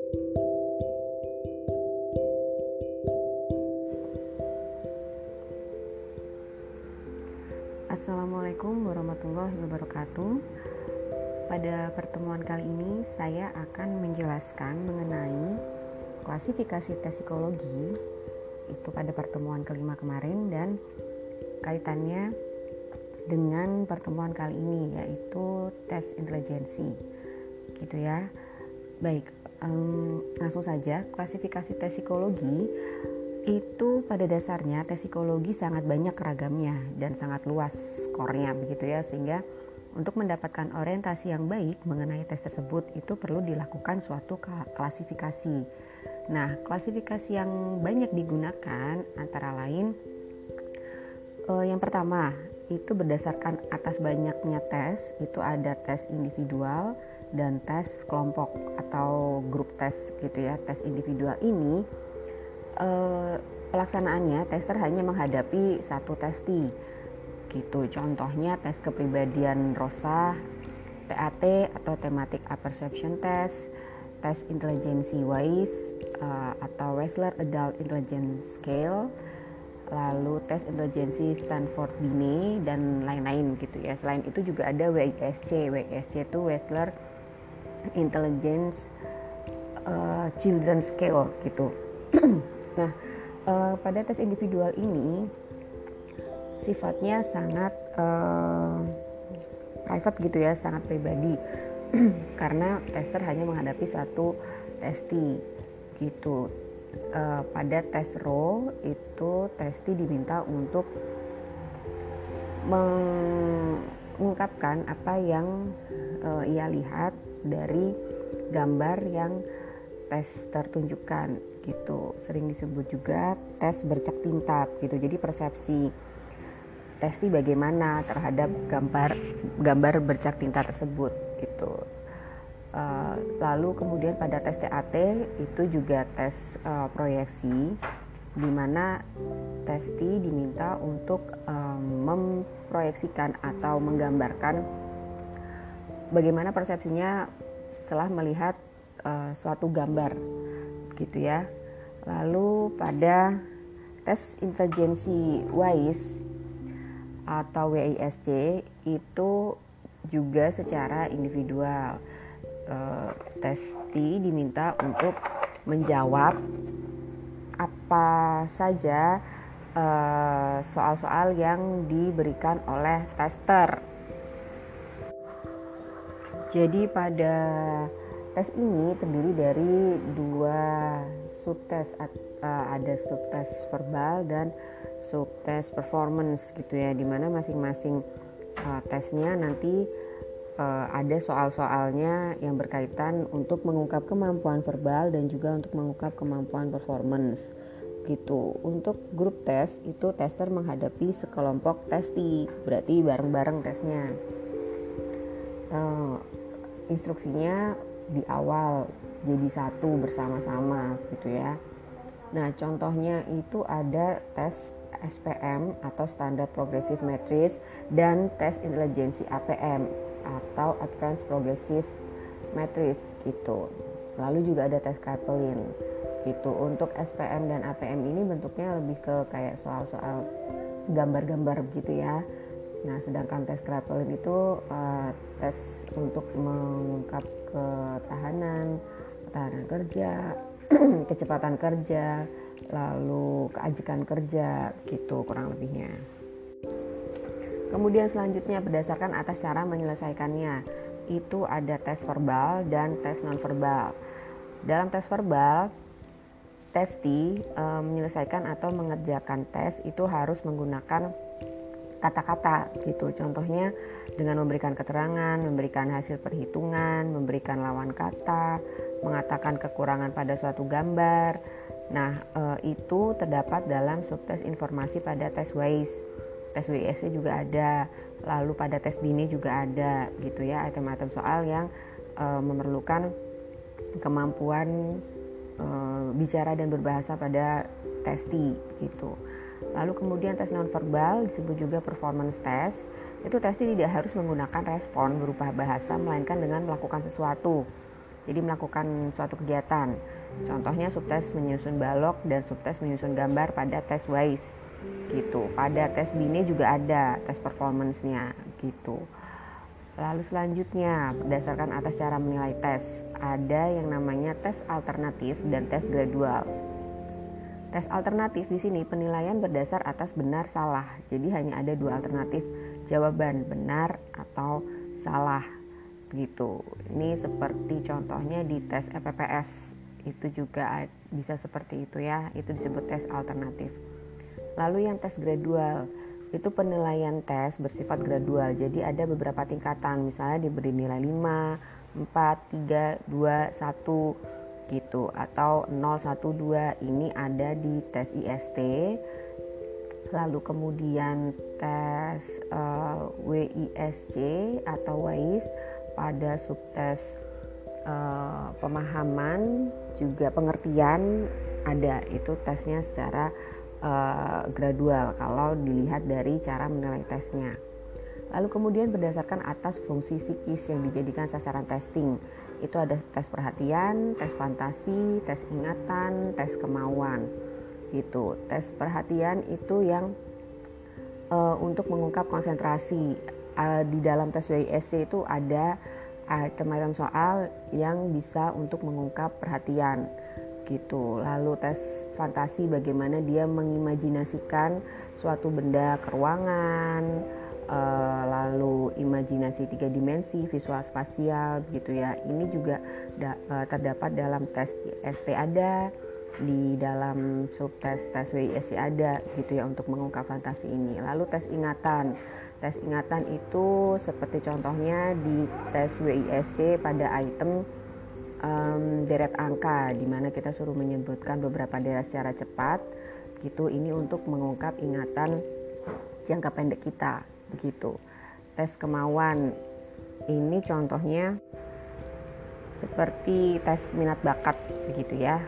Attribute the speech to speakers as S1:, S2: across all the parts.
S1: Assalamualaikum warahmatullahi wabarakatuh. Pada pertemuan kali ini saya akan menjelaskan mengenai klasifikasi tes psikologi itu pada pertemuan kelima kemarin dan kaitannya dengan pertemuan kali ini, yaitu tes intelijensi gitu ya. Baik, langsung saja. Klasifikasi tes psikologi itu pada dasarnya tes psikologi sangat banyak ragamnya dan sangat luas skornya begitu ya, sehingga untuk mendapatkan orientasi yang baik mengenai tes tersebut itu perlu dilakukan suatu klasifikasi. Nah, klasifikasi yang banyak digunakan antara lain yang pertama itu berdasarkan atas banyaknya tes, itu ada tes individual dan tes kelompok atau grup tes gitu ya. Tes individual ini pelaksanaannya tester hanya menghadapi satu testi gitu. Contohnya tes kepribadian Rosa, TAT atau Thematic Apperception Test, tes intelijensi WISE atau Wechsler Adult Intelligence Scale, lalu tes intelijensi Stanford Binet dan lain-lain gitu ya. Selain itu juga ada WISC. WISC itu Wechsler Intelligence Children's Scale gitu. Nah, pada tes individual ini sifatnya sangat private gitu ya, sangat pribadi karena tester hanya menghadapi satu testi gitu. Pada tes raw itu testi diminta untuk mengungkapkan apa yang ia lihat dari gambar yang tester tunjukkan gitu. Sering disebut juga tes bercak tinta gitu. Jadi persepsi testi bagaimana terhadap gambar bercak tinta tersebut gitu. Lalu kemudian pada tes TAT itu juga tes proyeksi, di mana testi diminta untuk memproyeksikan atau menggambarkan bagaimana persepsinya setelah melihat suatu gambar gitu ya. Lalu pada tes intelijensi WISE atau WISC itu juga secara individual. Testi diminta untuk menjawab apa saja soal-soal yang diberikan oleh tester. Jadi pada tes ini terdiri dari dua subtes, ada subtes verbal dan subtes performance gitu ya, dimana masing-masing tesnya nanti ada soal-soalnya yang berkaitan untuk mengungkap kemampuan verbal dan juga untuk mengungkap kemampuan performance gitu. Untuk grup tes itu tester menghadapi sekelompok testi, berarti bareng-bareng tesnya. Instruksinya di awal jadi satu bersama-sama gitu ya. Nah, contohnya itu ada tes SPM atau Standard Progressive Matrix dan tes intelijensi APM atau Advanced Progressive Matrix gitu. Lalu juga ada tes Kraepelin gitu. Untuk SPM dan APM ini bentuknya lebih ke kayak soal-soal gambar-gambar gitu ya. Nah, sedangkan tes Kraepelin itu tes untuk mengungkap ketahanan kerja, kecepatan kerja, lalu keajikan kerja gitu kurang lebihnya. Kemudian selanjutnya berdasarkan atas cara menyelesaikannya itu ada tes verbal dan tes non-verbal. Dalam tes verbal, testi menyelesaikan atau mengerjakan tes itu harus menggunakan kata-kata gitu. Contohnya dengan memberikan keterangan, memberikan hasil perhitungan, memberikan lawan kata, mengatakan kekurangan pada suatu gambar. Nah, itu terdapat dalam subtes informasi pada tes WISE. Tes WISC juga ada. Lalu pada tes Binet juga ada gitu ya, item-item soal yang memerlukan kemampuan bicara dan berbahasa pada testi gitu. Lalu kemudian tes nonverbal disebut juga performance test. Itu testi tidak harus menggunakan respon berupa bahasa, melainkan dengan melakukan sesuatu. Jadi melakukan suatu kegiatan. Contohnya subtes menyusun balok dan subtes menyusun gambar pada tes WISE gitu. Pada tes BINE juga ada tes performance-nya gitu. Lalu selanjutnya, berdasarkan atas cara menilai tes, ada yang namanya tes alternatif dan tes gradual. Tes alternatif di sini penilaian berdasar atas benar salah. Jadi hanya ada 2 alternatif jawaban, benar atau salah gitu. Ini seperti contohnya di tes EPPS, itu juga bisa seperti itu ya, itu disebut tes alternatif. Lalu yang tes gradual, itu penilaian tes bersifat gradual. Jadi ada beberapa tingkatan, misalnya diberi nilai 5, 4, 3, 2, 1 gitu, atau 0, 1, 2. Ini ada di tes IST. Lalu kemudian tes WISC atau WISE pada subtes pemahaman juga pengertian ada, itu tesnya secara gradual kalau dilihat dari cara menilai tesnya. Lalu kemudian berdasarkan atas fungsi psikis yang dijadikan sasaran testing, itu ada tes perhatian, tes fantasi, tes ingatan, tes kemauan gitu. Tes perhatian itu yang untuk mengungkap konsentrasi. Di dalam tes WISC itu ada item-item soal yang bisa untuk mengungkap perhatian gitu. Lalu tes fantasi, bagaimana dia mengimajinasikan suatu benda ke ruangan, lalu imajinasi 3 dimensi, visual spasial gitu ya. Ini juga terdapat dalam tes IST ada, di dalam subtes tes WISC ada gitu ya, untuk mengungkap fantasi ini. Lalu tes ingatan. Tes ingatan itu seperti contohnya di tes WISC pada item deret angka, di mana kita suruh menyebutkan beberapa deret secara cepat gitu. Ini untuk mengungkap ingatan jangka pendek kita begitu. Tes kemauan ini contohnya seperti tes minat bakat begitu ya.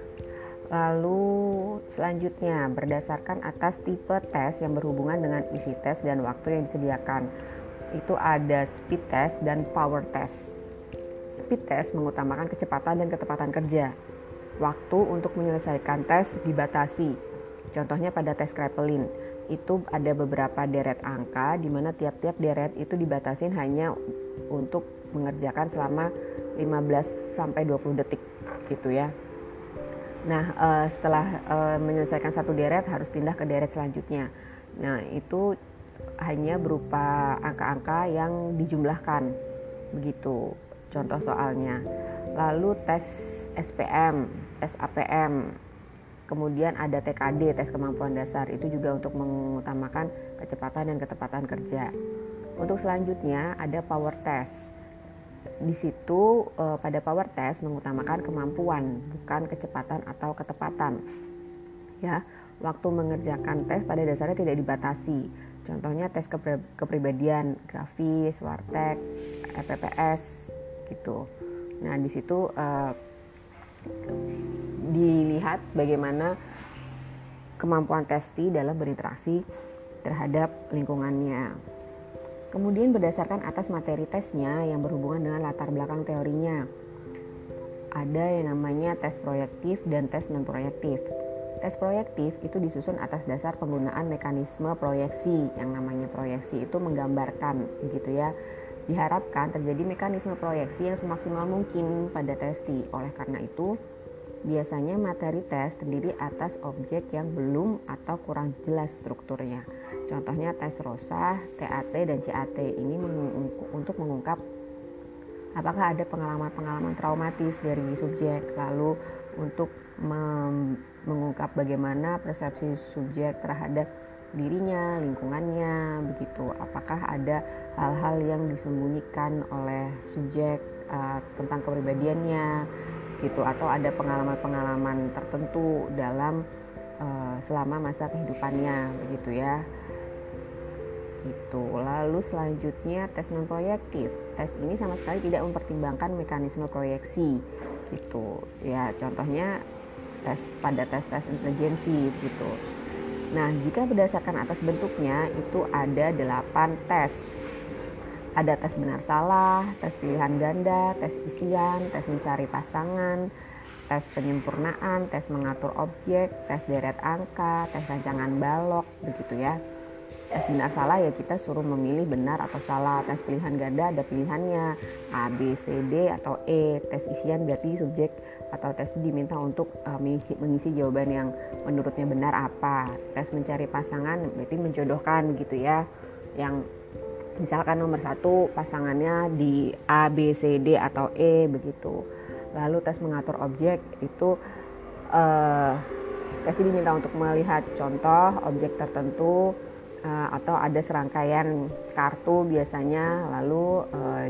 S1: Lalu selanjutnya, berdasarkan atas tipe tes yang berhubungan dengan isi tes dan waktu yang disediakan, itu ada speed test dan power test. Speed test mengutamakan kecepatan dan ketepatan kerja. Waktu untuk menyelesaikan tes dibatasi. Contohnya pada tes Kraepelin, itu ada beberapa deret angka di mana tiap-tiap deret itu dibatasin hanya untuk mengerjakan selama 15 sampai 20 detik gitu ya. Nah, setelah menyelesaikan satu deret harus pindah ke deret selanjutnya. Nah, itu hanya berupa angka-angka yang dijumlahkan begitu. Contoh soalnya. Lalu tes SPM, tes APM, kemudian ada TKD, tes kemampuan dasar, itu juga untuk mengutamakan kecepatan dan ketepatan kerja. Untuk selanjutnya ada power test. Di situ pada power test mengutamakan kemampuan, bukan kecepatan atau ketepatan. Ya, waktu mengerjakan tes pada dasarnya tidak dibatasi. Contohnya tes kepribadian, grafis, wartek, EPPS gitu. Nah, di situ dilihat bagaimana kemampuan testi dalam berinteraksi terhadap lingkungannya. Kemudian berdasarkan atas materi tesnya yang berhubungan dengan latar belakang teorinya, ada yang namanya tes proyektif dan tes non-proyektif. Tes proyektif itu disusun atas dasar penggunaan mekanisme proyeksi. Yang namanya proyeksi itu menggambarkan gitu ya. Diharapkan terjadi mekanisme proyeksi yang semaksimal mungkin pada testi. Oleh karena itu, biasanya materi tes terdiri atas objek yang belum atau kurang jelas strukturnya. Contohnya tes ROSA, TAT, dan CAT. Ini untuk mengungkap apakah ada pengalaman-pengalaman traumatis dari subjek, lalu untuk mengungkap bagaimana persepsi subjek terhadap dirinya, lingkungannya, begitu. Apakah ada hal-hal yang disembunyikan oleh subjek tentang kepribadiannya, gitu, atau ada pengalaman-pengalaman tertentu dalam selama masa kehidupannya, begitu ya. Itu. Lalu selanjutnya tes non proyektif. Tes ini sama sekali tidak mempertimbangkan mekanisme proyeksi, gitu. Ya, contohnya tes intelijensi, gitu. Nah, jika berdasarkan atas bentuknya itu ada 8 tes. Ada tes benar salah, tes pilihan ganda, tes isian, tes mencari pasangan, tes penyempurnaan, tes mengatur objek, tes deret angka, tes rancangan balok, begitu ya. Tes benar salah ya kita suruh memilih benar atau salah. Tes pilihan ganda ada pilihannya A, B, C, D atau E. Tes isian berarti subjek atau tes diminta untuk mengisi jawaban yang menurutnya benar apa. Tes mencari pasangan berarti menjodohkan gitu ya. Yang misalkan nomor 1 pasangannya di A, B, C, D atau E begitu. Lalu tes mengatur objek itu tes diminta untuk melihat contoh objek tertentu atau ada serangkaian kartu biasanya, lalu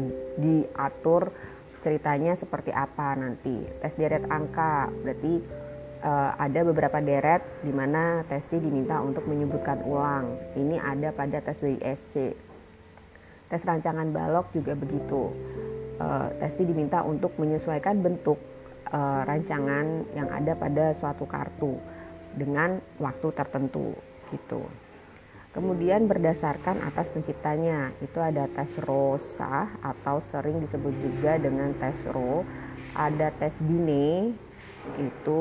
S1: diatur ceritanya seperti apa nanti. Tes deret angka berarti ada beberapa deret di mana testi diminta untuk menyebutkan ulang. Ini ada pada tes WISC. Tes rancangan balok juga begitu. Testi diminta untuk menyesuaikan bentuk rancangan yang ada pada suatu kartu dengan waktu tertentu gitu. Kemudian berdasarkan atas penciptanya, itu ada tes Rosa atau sering disebut juga dengan tes Ro. Ada tes Binet, itu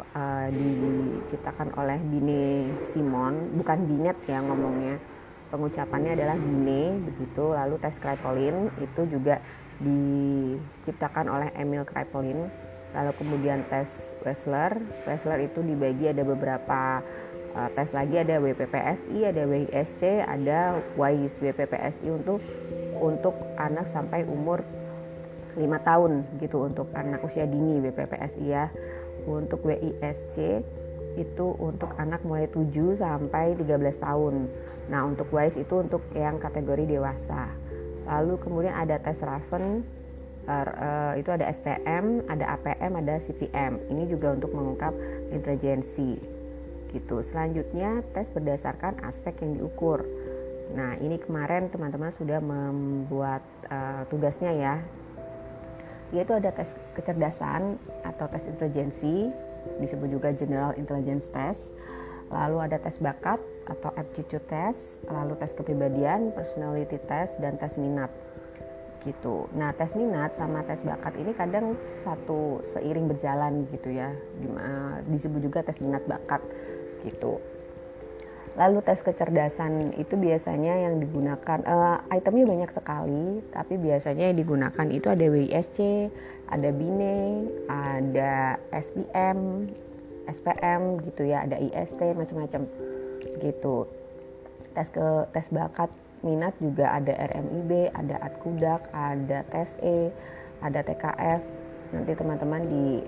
S1: diciptakan oleh Binet Simon, bukan Binet ya ngomongnya, pengucapannya adalah Binet begitu. Lalu tes Kraepelin itu juga diciptakan oleh Emil Kraepelin. Lalu kemudian tes Wechsler itu dibagi ada beberapa tes lagi, ada WPPSI, ada WISC, ada WIS. WPPSI untuk anak sampai umur 5 tahun gitu, untuk anak usia dini WPPSI ya. Untuk WISC itu untuk anak mulai 7 sampai 13 tahun. Nah, untuk WIS itu untuk yang kategori dewasa. Lalu kemudian ada tes Raven, itu ada SPM, ada APM, ada CPM. Ini juga untuk mengungkap intelijensi gitu. Selanjutnya tes berdasarkan aspek yang diukur. Nah, ini kemarin teman-teman sudah membuat tugasnya ya. Yaitu ada tes kecerdasan atau tes intelijensi, disebut juga General Intelligence Test. Lalu ada tes bakat atau aptitude test, lalu tes kepribadian, personality test, dan tes minat gitu. Nah, tes minat sama tes bakat ini kadang seiring berjalan gitu ya. Disebut juga tes minat bakat gitu. Lalu tes kecerdasan itu biasanya yang digunakan itemnya banyak sekali, tapi biasanya yang digunakan itu ada WISC, ada Binet, ada SPM, SPM gitu ya, ada IST, macam-macam gitu. Tes bakat minat juga ada RMIB, ada Atkudak, ada tes E, ada TKF. Nanti teman-teman di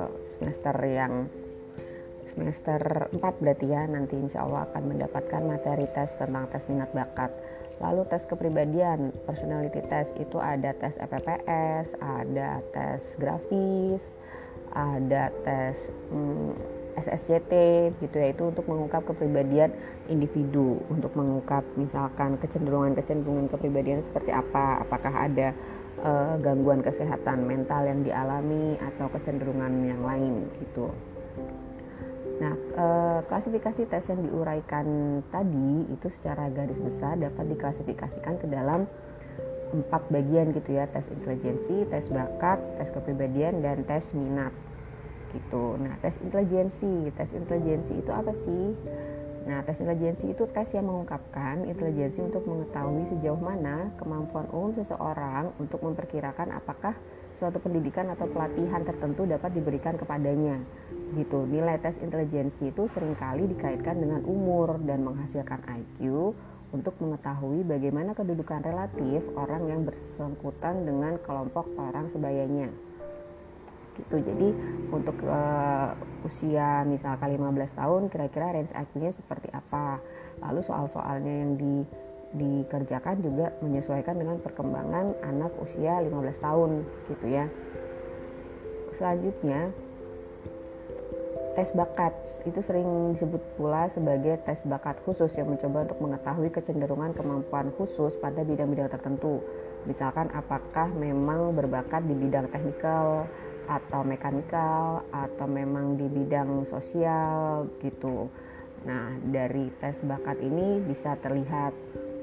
S1: semester 4 berarti ya, nanti insya Allah akan mendapatkan materi tes tentang tes minat bakat. Lalu tes kepribadian, personality test itu ada tes EPPS, ada tes grafis, ada tes SSCT gitu ya, itu untuk mengungkap kepribadian individu, untuk mengungkap misalkan kecenderungan kepribadian seperti apa, apakah ada gangguan kesehatan mental yang dialami atau kecenderungan yang lain gitu. Nah, klasifikasi tes yang diuraikan tadi itu secara garis besar dapat diklasifikasikan ke dalam 4 bagian gitu ya: tes intelijensi, tes bakat, tes kepribadian, dan tes minat gitu. Nah, tes intelijensi itu apa sih? Nah, tes intelijensi itu tes yang mengungkapkan intelijensi untuk mengetahui sejauh mana kemampuan umum seseorang untuk memperkirakan apakah suatu pendidikan atau pelatihan tertentu dapat diberikan kepadanya gitu. Nilai tes intelijensi itu seringkali dikaitkan dengan umur dan menghasilkan IQ untuk mengetahui bagaimana kedudukan relatif orang yang bersangkutan dengan kelompok orang sebayanya gitu. Jadi untuk usia misalkan 15 tahun kira-kira range IQ-nya seperti apa. Lalu soal-soalnya yang dikerjakan juga menyesuaikan dengan perkembangan anak usia 15 tahun gitu ya. Selanjutnya tes bakat itu sering disebut pula sebagai tes bakat khusus yang mencoba untuk mengetahui kecenderungan kemampuan khusus pada bidang-bidang tertentu. Misalkan apakah memang berbakat di bidang teknikal atau mekanikal atau memang di bidang sosial gitu. Nah, dari tes bakat ini bisa terlihat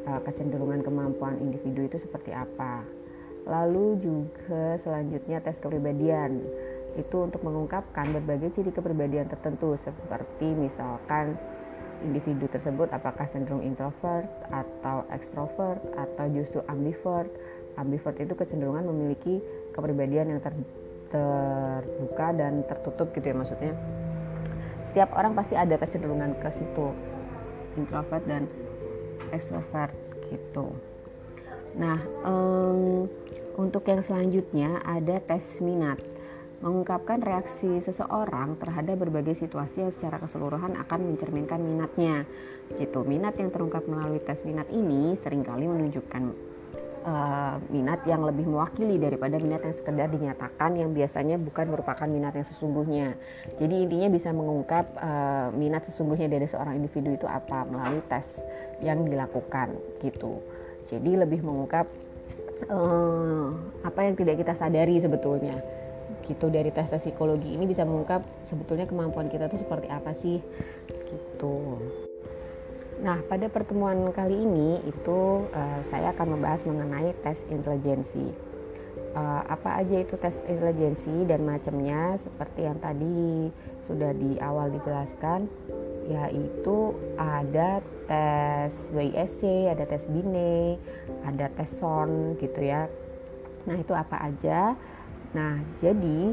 S1: kecenderungan kemampuan individu itu seperti apa. Lalu juga selanjutnya tes kepribadian, itu untuk mengungkapkan berbagai ciri kepribadian tertentu, seperti misalkan individu tersebut apakah cenderung introvert atau extrovert atau justru ambivert. Ambivert itu kecenderungan memiliki kepribadian yang terbuka dan tertutup gitu ya, maksudnya setiap orang pasti ada kecenderungan ke situ, introvert dan extrovert gitu. Nah, untuk yang selanjutnya ada tes minat, mengungkapkan reaksi seseorang terhadap berbagai situasi yang secara keseluruhan akan mencerminkan minatnya gitu. Minat yang terungkap melalui tes minat ini seringkali menunjukkan minat yang lebih mewakili daripada minat yang sekedar dinyatakan, yang biasanya bukan merupakan minat yang sesungguhnya. Jadi intinya bisa mengungkap minat sesungguhnya dari seorang individu itu apa melalui tes yang dilakukan gitu. Jadi lebih mengungkap apa yang tidak kita sadari sebetulnya gitu. Dari tes psikologi ini bisa mengungkap sebetulnya kemampuan kita itu seperti apa sih gitu. Nah, pada pertemuan kali ini itu saya akan membahas mengenai tes intelijensi. Apa aja itu tes intelijensi dan macamnya, seperti yang tadi sudah di awal dijelaskan, yaitu ada tes WISC, ada tes BINE, ada tes SON gitu ya. Nah, itu apa aja? Nah, jadi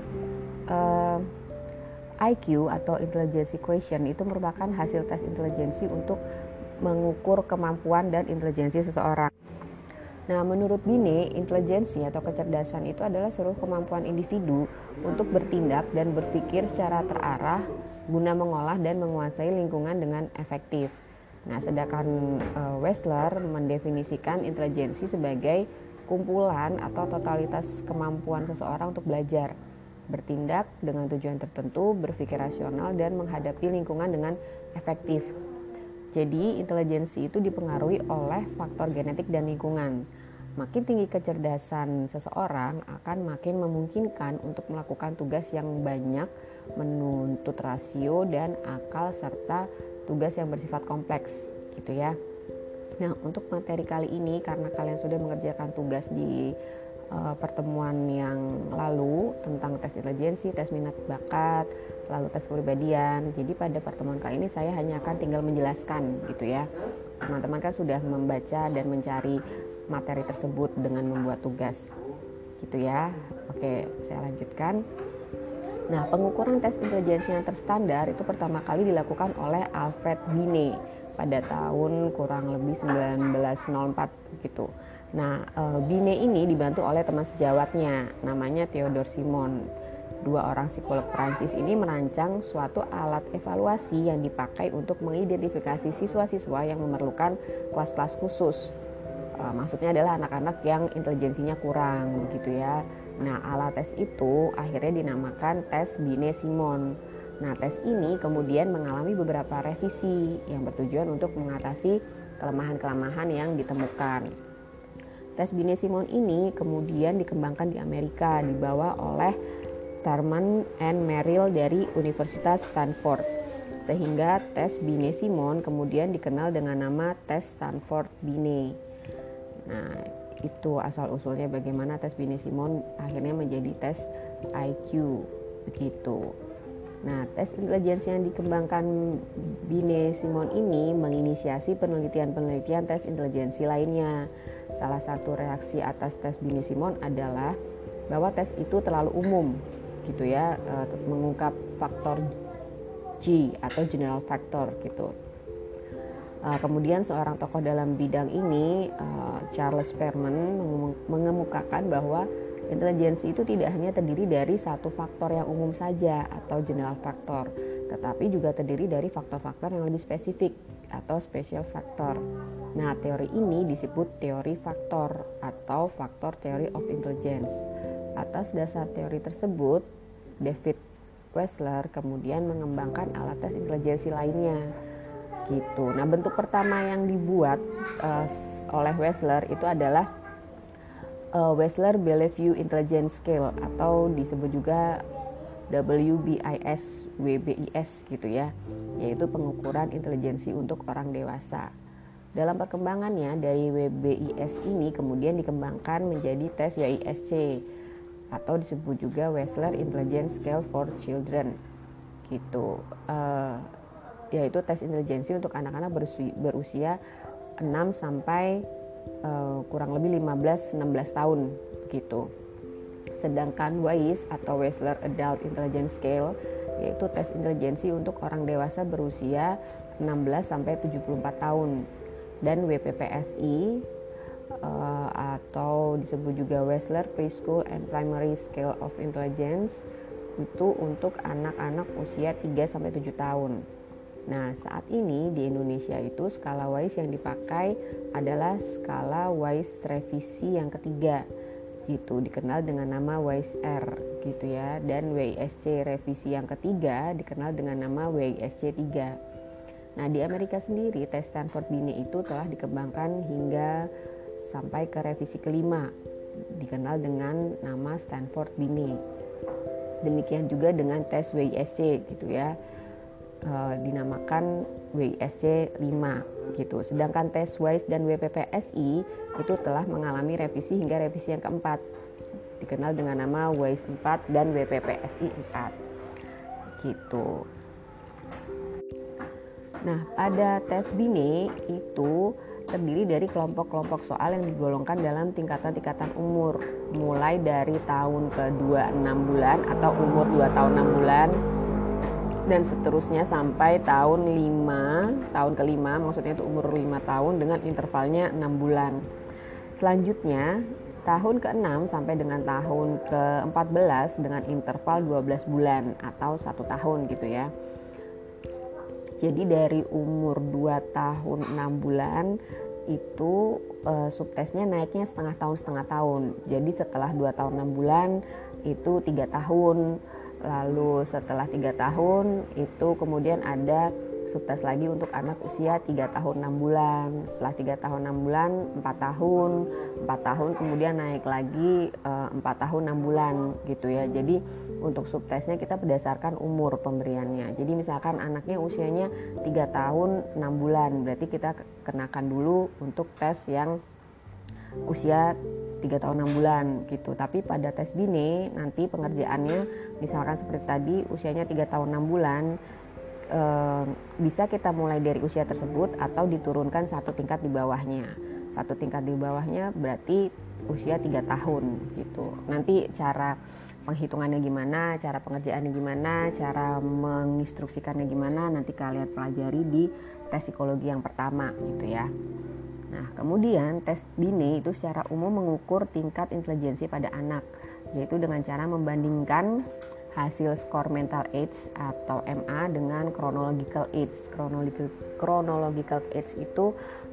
S1: IQ atau Intelligence Question itu merupakan hasil tes intelijensi untuk mengukur kemampuan dan intelijensi seseorang. Nah, menurut BINE, intelijensi atau kecerdasan itu adalah seluruh kemampuan individu untuk bertindak dan berpikir secara terarah guna mengolah dan menguasai lingkungan dengan efektif. Nah, sedangkan Wechsler mendefinisikan intelijensi sebagai kumpulan atau totalitas kemampuan seseorang untuk belajar, bertindak dengan tujuan tertentu, berpikir rasional, dan menghadapi lingkungan dengan efektif. Jadi, intelijensi itu dipengaruhi oleh faktor genetik dan lingkungan. Makin tinggi kecerdasan seseorang akan makin memungkinkan untuk melakukan tugas yang banyak, menuntut rasio dan akal, serta tugas yang bersifat kompleks gitu ya. Nah, untuk materi kali ini, karena kalian sudah mengerjakan tugas di pertemuan yang lalu tentang tes intelijensi, tes minat bakat, lalu tes kepribadian. Jadi pada pertemuan kali ini saya hanya akan tinggal menjelaskan gitu ya. Teman-teman kan sudah membaca dan mencari materi tersebut dengan membuat tugas gitu ya. Oke, saya lanjutkan. Nah, pengukuran tes intelijensi yang terstandar itu pertama kali dilakukan oleh Alfred Binet pada tahun kurang lebih 1904 gitu. Nah, Binet ini dibantu oleh teman sejawatnya namanya Theodore Simon. Dua orang psikolog Prancis ini merancang suatu alat evaluasi yang dipakai untuk mengidentifikasi siswa-siswa yang memerlukan kelas-kelas khusus. Maksudnya adalah anak-anak yang intelijensinya kurang begitu ya. Nah, alat tes itu akhirnya dinamakan tes Binet-Simon. Nah, tes ini kemudian mengalami beberapa revisi yang bertujuan untuk mengatasi kelemahan-kelemahan yang ditemukan. Tes Binet-Simon ini kemudian dikembangkan di Amerika, dibawa oleh Thurman and Merrill dari Universitas Stanford. Sehingga tes Binet-Simon kemudian dikenal dengan nama tes Stanford-Binet. Nah, itu asal-usulnya bagaimana tes Binet-Simon akhirnya menjadi tes IQ begitu. Nah, tes intelijensi yang dikembangkan Binet-Simon ini menginisiasi penelitian-penelitian tes intelijensi lainnya. Salah satu reaksi atas tes Binet-Simon adalah bahwa tes itu terlalu umum gitu ya, mengungkap faktor G atau general factor gitu. Kemudian seorang tokoh dalam bidang ini, Charles Perman, mengemukakan bahwa intelijensi itu tidak hanya terdiri dari satu faktor yang umum saja atau general factor, tetapi juga terdiri dari faktor-faktor yang lebih spesifik atau special factor. Nah, teori ini disebut teori faktor atau factor theory of intelligence. Atas dasar teori tersebut, David Wechsler kemudian mengembangkan alat tes intelijensi lainnya gitu. Nah, bentuk pertama yang dibuat oleh Wechsler itu adalah Wechsler Bellevue Intelligence Scale atau disebut juga WBIS gitu ya, yaitu pengukuran intelijensi untuk orang dewasa. Dalam perkembangannya dari WBIS ini kemudian dikembangkan menjadi tes WISC atau disebut juga Wechsler Intelligence Scale for Children gitu. Yaitu tes intelijensi untuk anak-anak berusia 6 sampai kurang lebih 15-16 tahun gitu. Sedangkan WIS atau Wechsler Adult Intelligence Scale yaitu tes intelijensi untuk orang dewasa berusia 16 sampai 74 tahun. Dan WPPSI atau disebut juga Wechsler Preschool and Primary Scale of Intelligence itu untuk anak-anak usia 3 sampai 7 tahun. Nah, saat ini di Indonesia itu skala WIS yang dipakai adalah skala WIS revisi yang ketiga gitu, dikenal dengan nama WIS-R gitu ya, dan WISC revisi yang ketiga dikenal dengan nama WISC 3. Nah, di Amerika sendiri tes Stanford Binet itu telah dikembangkan hingga sampai ke revisi kelima, dikenal dengan nama Stanford Binet. Demikian juga dengan tes WISC gitu ya, dinamakan WISC 5 gitu. Sedangkan tes WIS dan WPPSI itu telah mengalami revisi hingga revisi yang keempat, dikenal dengan nama WIS 4 dan WPPSI 4 gitu. Nah, pada tes Binet itu terdiri dari kelompok-kelompok soal yang digolongkan dalam tingkatan-tingkatan umur, mulai dari tahun ke-2 6 bulan atau umur 2 tahun 6 bulan dan seterusnya sampai tahun ke-5, maksudnya itu umur 5 tahun dengan intervalnya 6 bulan. Selanjutnya tahun ke-6 sampai dengan tahun ke-14 dengan interval 12 bulan atau 1 tahun gitu ya. Jadi dari umur 2 tahun 6 bulan itu subtesnya naiknya setengah tahun. Jadi setelah 2 tahun 6 bulan itu 3 tahun. Lalu setelah 3 tahun itu kemudian ada subtes lagi untuk anak usia 3 tahun 6 bulan. Setelah 3 tahun 6 bulan 4 tahun kemudian naik lagi 4 tahun 6 bulan gitu ya. Jadi untuk subtesnya kita berdasarkan umur pemberiannya. Jadi misalkan anaknya usianya 3 tahun 6 bulan, berarti kita kenakan dulu untuk tes yang usia 3 tahun 6 bulan gitu. Tapi pada tes Binet nanti pengerjaannya misalkan seperti tadi usianya 3 tahun 6 bulan, bisa kita mulai dari usia tersebut atau diturunkan satu tingkat di bawahnya. Satu tingkat di bawahnya berarti usia 3 tahun gitu. Nanti cara penghitungannya gimana, cara pengerjaannya gimana, cara menginstruksikannya gimana, nanti kalian pelajari di tes psikologi yang pertama gitu ya. Nah, kemudian tes Binet itu secara umum mengukur tingkat intelijensi pada anak, yaitu dengan cara membandingkan hasil skor mental age atau MA dengan chronological age. Chronological age itu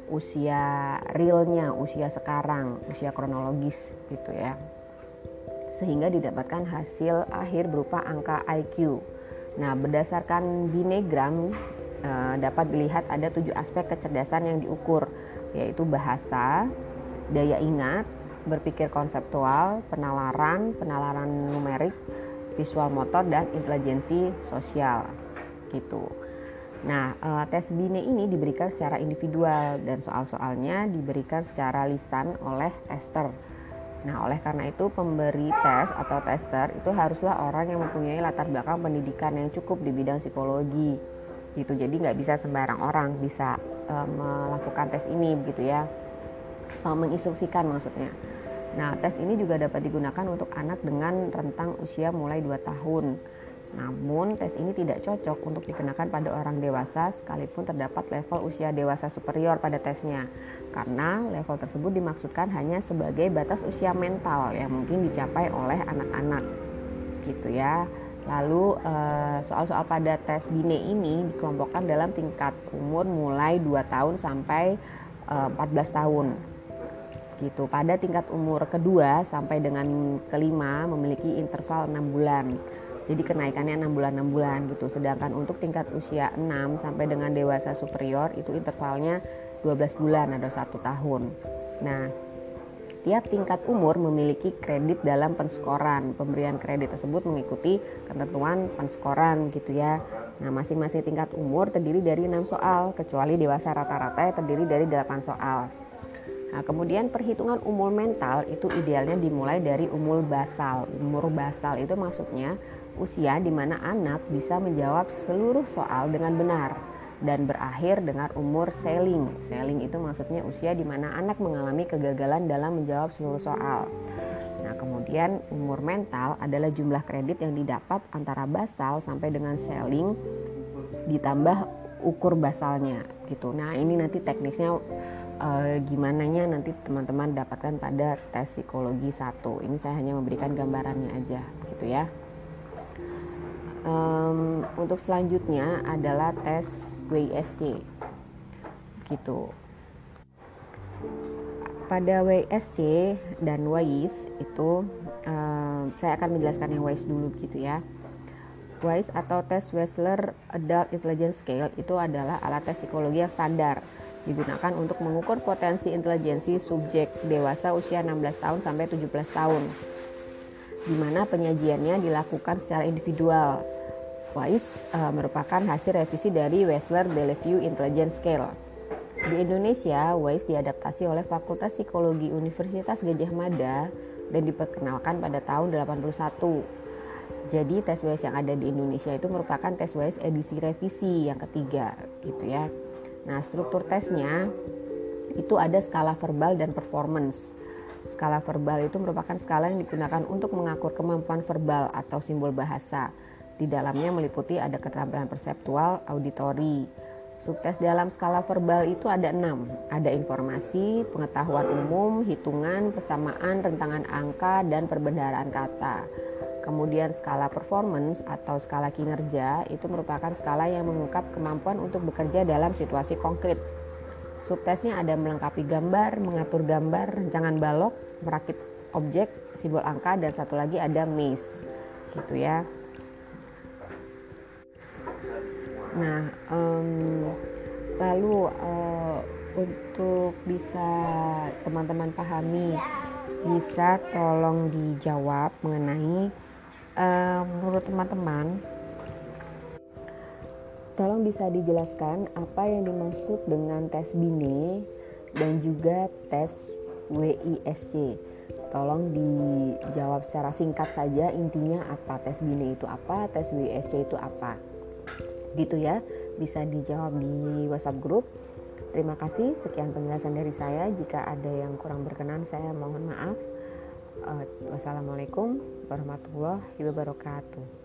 S1: usia realnya, usia sekarang, usia kronologis gitu ya. Sehingga didapatkan hasil akhir berupa angka IQ. Nah, berdasarkan Binegram dapat dilihat ada 7 aspek kecerdasan yang diukur, yaitu bahasa, daya ingat, berpikir konseptual, penalaran numerik, visual motor, dan intelijensi sosial gitu. Nah, tes Binet ini diberikan secara individual dan soal-soalnya diberikan secara lisan oleh tester. Nah, oleh karena itu pemberi tes atau tester itu haruslah orang yang mempunyai latar belakang pendidikan yang cukup di bidang psikologi gitu. Jadi nggak bisa sembarang orang bisa melakukan tes ini begitu ya, menginstruksikan maksudnya. Nah, tes ini juga dapat digunakan untuk anak dengan rentang usia mulai 2 tahun. Namun, tes ini tidak cocok untuk dikenakan pada orang dewasa sekalipun terdapat level usia dewasa superior pada tesnya. Karena level tersebut dimaksudkan hanya sebagai batas usia mental yang mungkin dicapai oleh anak-anak. Gitu ya. Lalu, soal-soal pada tes Binet ini dikelompokkan dalam tingkat umur mulai 2 tahun sampai 14 tahun. Gitu. Pada tingkat umur kedua sampai dengan kelima memiliki interval 6 bulan. Jadi kenaikannya 6 bulan gitu. Sedangkan untuk tingkat usia 6 sampai dengan dewasa superior itu intervalnya 12 bulan atau 1 tahun. Nah, tiap tingkat umur memiliki kredit dalam penskoran. Pemberian kredit tersebut mengikuti ketentuan penskoran gitu ya. Nah, masing-masing tingkat umur terdiri dari 6 soal, kecuali dewasa rata-rata yang terdiri dari 8 soal. Nah, kemudian perhitungan umur mental itu idealnya dimulai dari umur basal. Umur basal itu maksudnya usia di mana anak bisa menjawab seluruh soal dengan benar dan berakhir dengan umur sailing. Sailing itu maksudnya usia di mana anak mengalami kegagalan dalam menjawab seluruh soal. Nah, kemudian umur mental adalah jumlah kredit yang didapat antara basal sampai dengan sailing ditambah ukur basalnya gitu. Nah, ini nanti teknisnya gimana nya nanti teman-teman dapatkan pada tes psikologi 1. Ini saya hanya memberikan gambarannya aja gitu ya. Untuk selanjutnya adalah tes WSC gitu. Pada WSC dan WISE itu saya akan menjelaskan yang WISE dulu gitu ya. WISE atau tes Wechsler Adult Intelligence Scale itu adalah alat tes psikologi yang standar digunakan untuk mengukur potensi intelijensi subjek dewasa usia 16 tahun sampai 17 tahun, di mana penyajiannya dilakukan secara individual. WISE merupakan hasil revisi dari Wechsler-Delafieux Intelligence Scale. Di Indonesia, WISE diadaptasi oleh Fakultas Psikologi Universitas Gadjah Mada dan diperkenalkan pada tahun 81. Jadi tes WISE yang ada di Indonesia itu merupakan tes WISE edisi revisi yang ketiga gitu ya. Nah, struktur tesnya itu ada skala verbal dan performance. Skala verbal itu merupakan skala yang digunakan untuk mengukur kemampuan verbal atau simbol bahasa. Di dalamnya meliputi ada keterampilan perseptual, auditori. Subtes dalam skala verbal itu ada 6. Ada informasi, pengetahuan umum, hitungan, persamaan, rentangan angka, dan perbendaharaan kata. Kemudian skala performance atau skala kinerja itu merupakan skala yang mengungkap kemampuan untuk bekerja dalam situasi konkret. Subtesnya ada melengkapi gambar, mengatur gambar, rancangan balok, merakit objek, simbol angka, dan satu lagi ada maze gitu ya. Nah, lalu untuk bisa teman-teman pahami, bisa tolong dijawab mengenai menurut teman-teman, tolong bisa dijelaskan apa yang dimaksud dengan tes BINE dan juga tes WISC. Tolong dijawab secara singkat saja, intinya apa, tes BINE itu apa, tes WISC itu apa. Gitu ya, bisa dijawab di WhatsApp group. Terima kasih, sekian penjelasan dari saya. Jika ada yang kurang berkenan, saya mohon maaf. Wassalamualaikum warahmatullahi wabarakatuh.